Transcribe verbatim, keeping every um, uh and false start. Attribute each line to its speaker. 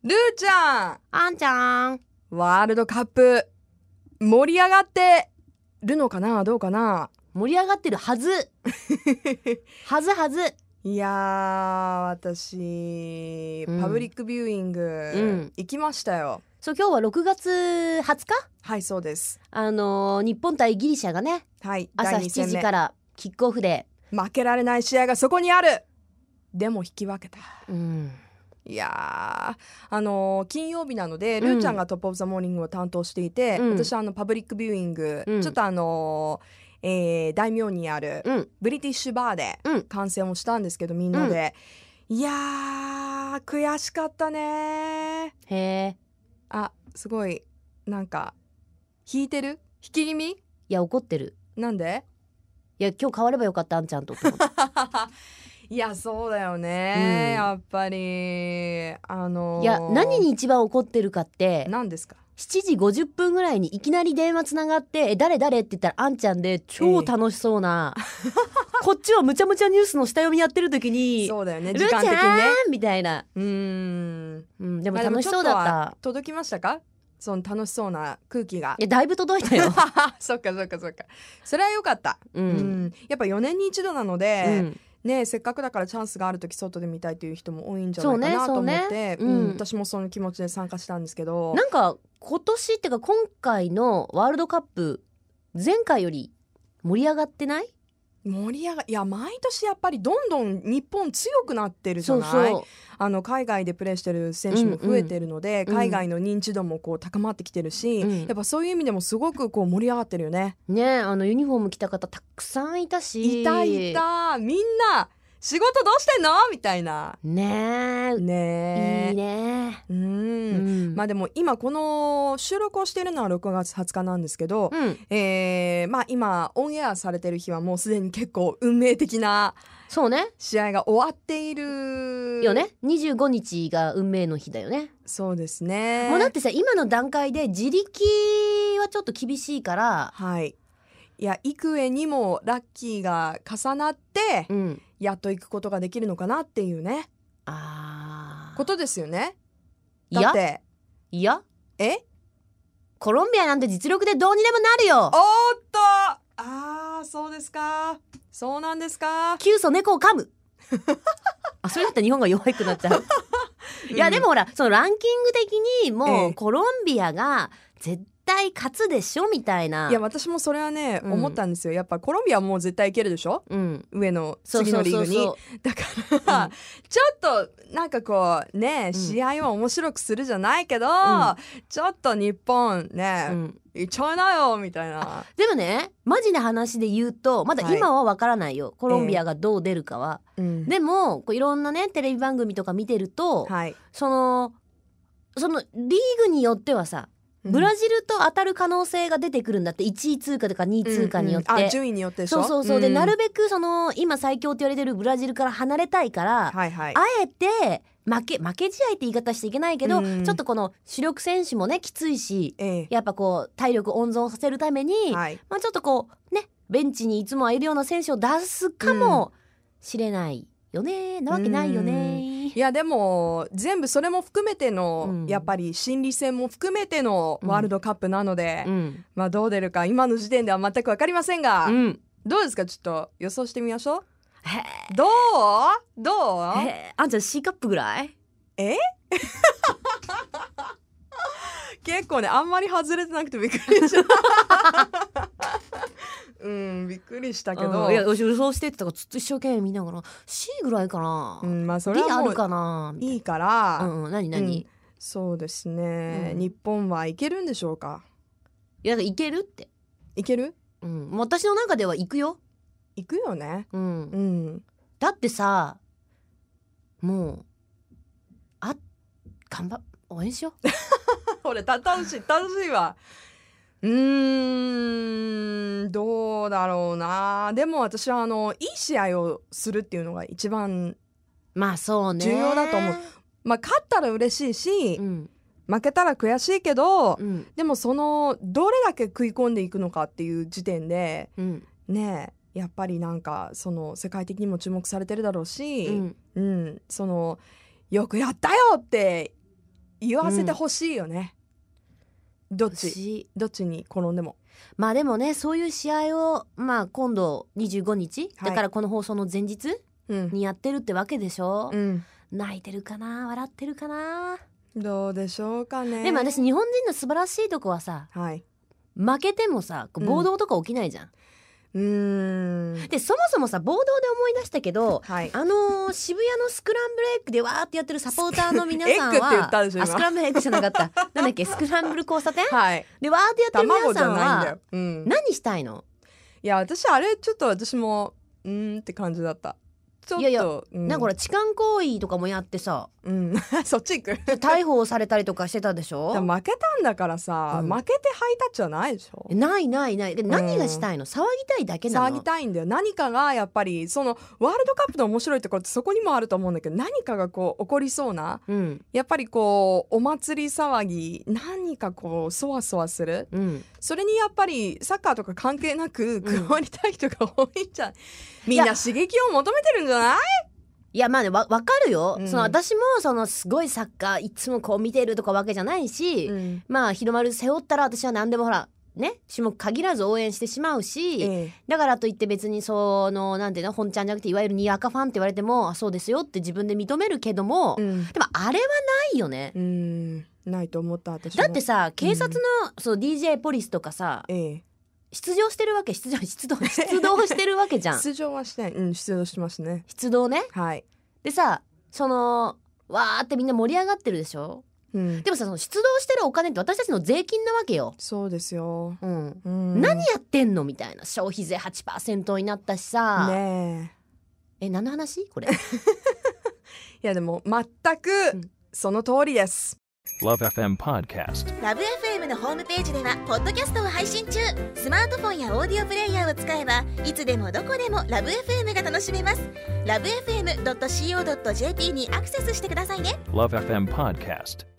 Speaker 1: ルーちゃん、
Speaker 2: あんちゃん、
Speaker 1: ワールドカップ盛り上がってるのかな、どうかな。
Speaker 2: 盛り上がってるはずはずはず。
Speaker 1: いやー、私、
Speaker 2: うん
Speaker 1: パブリックビューイング、
Speaker 2: うん、
Speaker 1: 行きましたよ。
Speaker 2: そう、今日はろくがつはつか、
Speaker 1: はい、そうです。
Speaker 2: あのー、日本対ギリシャがね、
Speaker 1: はい、
Speaker 2: 朝
Speaker 1: だいに戦目
Speaker 2: しちじからキックオフで、
Speaker 1: 負けられない試合がそこにある。でも引き分けた。
Speaker 2: うん、
Speaker 1: いやー、あのー、金曜日なので、
Speaker 2: うん
Speaker 1: ルーちゃんがトップオブザモーニングを担当していて、
Speaker 2: うん、
Speaker 1: 私はあのパブリックビューイング、
Speaker 2: うん、
Speaker 1: ちょっとあのーえー、大名にある、
Speaker 2: うん、
Speaker 1: ブリティッシュバーで
Speaker 2: うん、
Speaker 1: 観戦をしたんですけど、みんなで、いやー悔しかったね。
Speaker 2: へえ。
Speaker 1: あ、すごいなんか引いてる、引き気味。
Speaker 2: いや、怒ってる。
Speaker 1: なんで？
Speaker 2: いや、今日変わればよかった、あんちゃんとと思って
Speaker 1: いや、そうだよね、
Speaker 2: うん、
Speaker 1: やっぱりあのー、
Speaker 2: いや、何に一番怒ってるかって、
Speaker 1: 何ですか？
Speaker 2: しちじごじゅっぷんぐらいにいきなり電話つながってえ誰誰って言ったらあんちゃんで、超楽しそうな、ええ、こっちはむちゃむちゃニュースの下読みやってる時に
Speaker 1: そうだよね、
Speaker 2: ルーちゃん
Speaker 1: 時間的にね
Speaker 2: みたいな。
Speaker 1: うーん、
Speaker 2: うん、でも楽しそうだった、
Speaker 1: まあ、届きましたか、その楽しそうな空気が。
Speaker 2: いや、だいぶ届いたよ
Speaker 1: そっかそっかそっか、それは良かった、
Speaker 2: うん、
Speaker 1: うん、やっぱよねんに一度なので、
Speaker 2: うん
Speaker 1: ね、せっかくだからチャンスがあるとき外で見たいという人も多いんじゃないかなと思って、
Speaker 2: ねね、
Speaker 1: う
Speaker 2: うん
Speaker 1: ん、私もその気持ちで参加したんですけど、
Speaker 2: なんか今年ってか今回のワールドカップ前回より盛り上がってない？
Speaker 1: 盛り上がいや毎年やっぱりどんどん日本強くなってるじゃない。
Speaker 2: そうそう、
Speaker 1: あの海外でプレーしてる選手も増えてるので、
Speaker 2: うんうん、
Speaker 1: 海外の認知度もこう高まってきてるし、うん、やっぱそういう意味でもすごくこう盛り上がってるよね。
Speaker 2: ね、あのユニフォーム着た方たくさんいたし、
Speaker 1: いたいた、みんな仕事どうしてんのみたいな
Speaker 2: ねえ、
Speaker 1: ねえ、
Speaker 2: いいね。
Speaker 1: うん、うん、まあでも今この収録をしているのはろくがつはつかなんですけど、うん、えー、まあ今オンエアされてる日はもうすでに結構運命的な
Speaker 2: そうね、
Speaker 1: 試合が終わっている
Speaker 2: よね。にじゅうごにちが運命の日だよね。
Speaker 1: そうですね。
Speaker 2: もうだってさ、今の段階で自力はちょっと厳しいから、
Speaker 1: はい、いや幾重にもラッキーが重なって、うん、やっと行くことができるのかなっていうね、
Speaker 2: あ
Speaker 1: ことですよね。だって
Speaker 2: いや
Speaker 1: え
Speaker 2: コロンビアなんて実力でどうにでもなるよ。
Speaker 1: おーっと、あーそうですか、そうなんですか。
Speaker 2: キュウソ猫を噛むあ、それだったら日本が弱くなっちゃういや、でもほら、そのランキング的にもうコロンビアが絶対勝つでしょみたいな。
Speaker 1: いや私もそれはね、うん、思ったんですよ。やっぱコロンビアはもう絶対いけるでしょ、うん、上の次のリーグに。そうそうそうそう、だから、うん、ちょっとなんかこうね、うん、試合を面白くするじゃないけど、うん、ちょっと日本ね、うん、いっちゃいなよみたいな。
Speaker 2: でもね、マジな話で言うとまだ今は分からないよ、はい、コロンビアがどう出るかは、えー、でもこういろんなねテレビ番組とか見てると、はい、そのそのリーグによってはさ、ブラジルと当たる可能性が出てくるんだって、いちい通過とかにい通過によって、うんうん、
Speaker 1: あ順位によってでしょ。
Speaker 2: そうそうそう、うん、でなるべくその今最強って言われてるブラジルから離れたいから、はいはい、あえて負け負け試合って言い方していけないけど、うん、ちょっとこの主力選手もねきついし、ええ、やっぱこう体力温存させるために、はい、まあ、ちょっとこうねベンチにいつもはいるような選手を出すかもしれないよね、なわけないよね。
Speaker 1: いやでも全部それも含めての、うん、やっぱり心理戦も含めてのワールドカップなので、うん、まあどう出るか今の時点では全く分かりませんが、うん、どうですか、ちょっと予想してみましょう。どうどう
Speaker 2: あんちゃん C カップぐらい？
Speaker 1: え結構ね、あんまり外れてなくてびっくりしたうんびっくりしたけど、
Speaker 2: うん、いや予想してってたからずっと一生懸命見ながら C ぐらいかな、うん、まあそれはもう D あるかない
Speaker 1: いから、
Speaker 2: うんうん、何何、うん、
Speaker 1: そうですね、うん、日本はいけるんでしょうか。
Speaker 2: いやいけるって
Speaker 1: いける、
Speaker 2: うん、私の中では行くよ。
Speaker 1: 行くよね、うん、
Speaker 2: うん、だってさもうあ頑張応援しよう
Speaker 1: 俺楽しい楽しいわ。うーんどうだろうな。でも私はあのいい試合をするっていうのが一番
Speaker 2: まあそうね
Speaker 1: 重要だと思う。まあ勝ったら嬉しいし、うん、負けたら悔しいけど、うん、でもそのどれだけ食い込んでいくのかっていう時点で、うん、ねえやっぱりなんかその世界的にも注目されてるだろうし、うんうん、そのよくやったよって言わせてほしいよね、うん、どっちどっちに転んでも。
Speaker 2: まあでもね、そういう試合を、まあ、今度にじゅうごにち、はい、だからこの放送の前日にやってるってわけでしょ、うん、泣いてるかな笑ってるかな、
Speaker 1: どうでしょうかね。
Speaker 2: でも私日本人の素晴らしいとこはさ、はい、負けてもさ暴動とか起きないじゃん、うん、うーんでそもそもさ暴動で思い出したけど、はい、あのー、渋谷のスクランブルエッグでわーってやってるサポーターの皆さんは
Speaker 1: エッグって言ったでしょ今。
Speaker 2: あスクランブルエッグじゃなかったなんだっけスクランブル交差点、はい、でわーってやってる皆さんは、うん、何したいの？
Speaker 1: いや私あれちょっと私もうーんって感じだった。ちょっといやいや、
Speaker 2: うん、なんかほら痴漢行為とかもやってさ、
Speaker 1: うん、そっち行く
Speaker 2: 逮捕されたりとかしてたでしょ。
Speaker 1: 負けたんだからさ、うん、負けてハイタッチはないでしょ。
Speaker 2: ないないない。で何がしたいの、うん、騒ぎたいだけなの。
Speaker 1: 騒ぎたいんだよ。何かがやっぱりそのワールドカップの面白いところってそこにもあると思うんだけど、何かがこう起こりそうな、うん、やっぱりこうお祭り騒ぎ、何かこうそわそわする、うん、それにやっぱりサッカーとか関係なく加わりたい人が多いんじゃん、うん、みんな刺激を求めてるんじゃない？
Speaker 2: いやまあね、わ分かるよ、うん、その私もそのすごいサッカーいつもこう見てるとかわけじゃないし、うん、まあ日の丸背負ったら私は何でもほらね種目限らず応援してしまうし、ええ、だからといって別にそのなんていうの本ちゃんじゃなくていわゆるにわかファンって言われてもあそうですよって自分で認めるけども、うん、でもあれはないよね。
Speaker 1: うんないと思った私も。
Speaker 2: だってさ警察の、うん、そう ディージェー ポリスとかさ、ええ出場してるわけ出場出動出動してるわけじゃん
Speaker 1: 出場はしてない、うん、出動してますね。
Speaker 2: 出動ね。
Speaker 1: はい
Speaker 2: でさそのわーってみんな盛り上がってるでしょ、うん、でもさその出動してるお金って私たちの税金なわけよ。
Speaker 1: そうですよ、
Speaker 2: うんうん、何やってんのみたいな。消費税 はちパーセント になったしさねええ何の話これい
Speaker 1: やでも全くその通りです。
Speaker 3: Love エフエム Podcast
Speaker 4: Love エフエム のホームページではポッドキャストを配信中。スマートフォンやオーディオプレイヤーを使えばいつでもどこでも Love エフエム が楽しめます。 ラブエフエムドットシーオードットジェーピー にアクセスしてくださいね。
Speaker 3: Love エフエム Podcast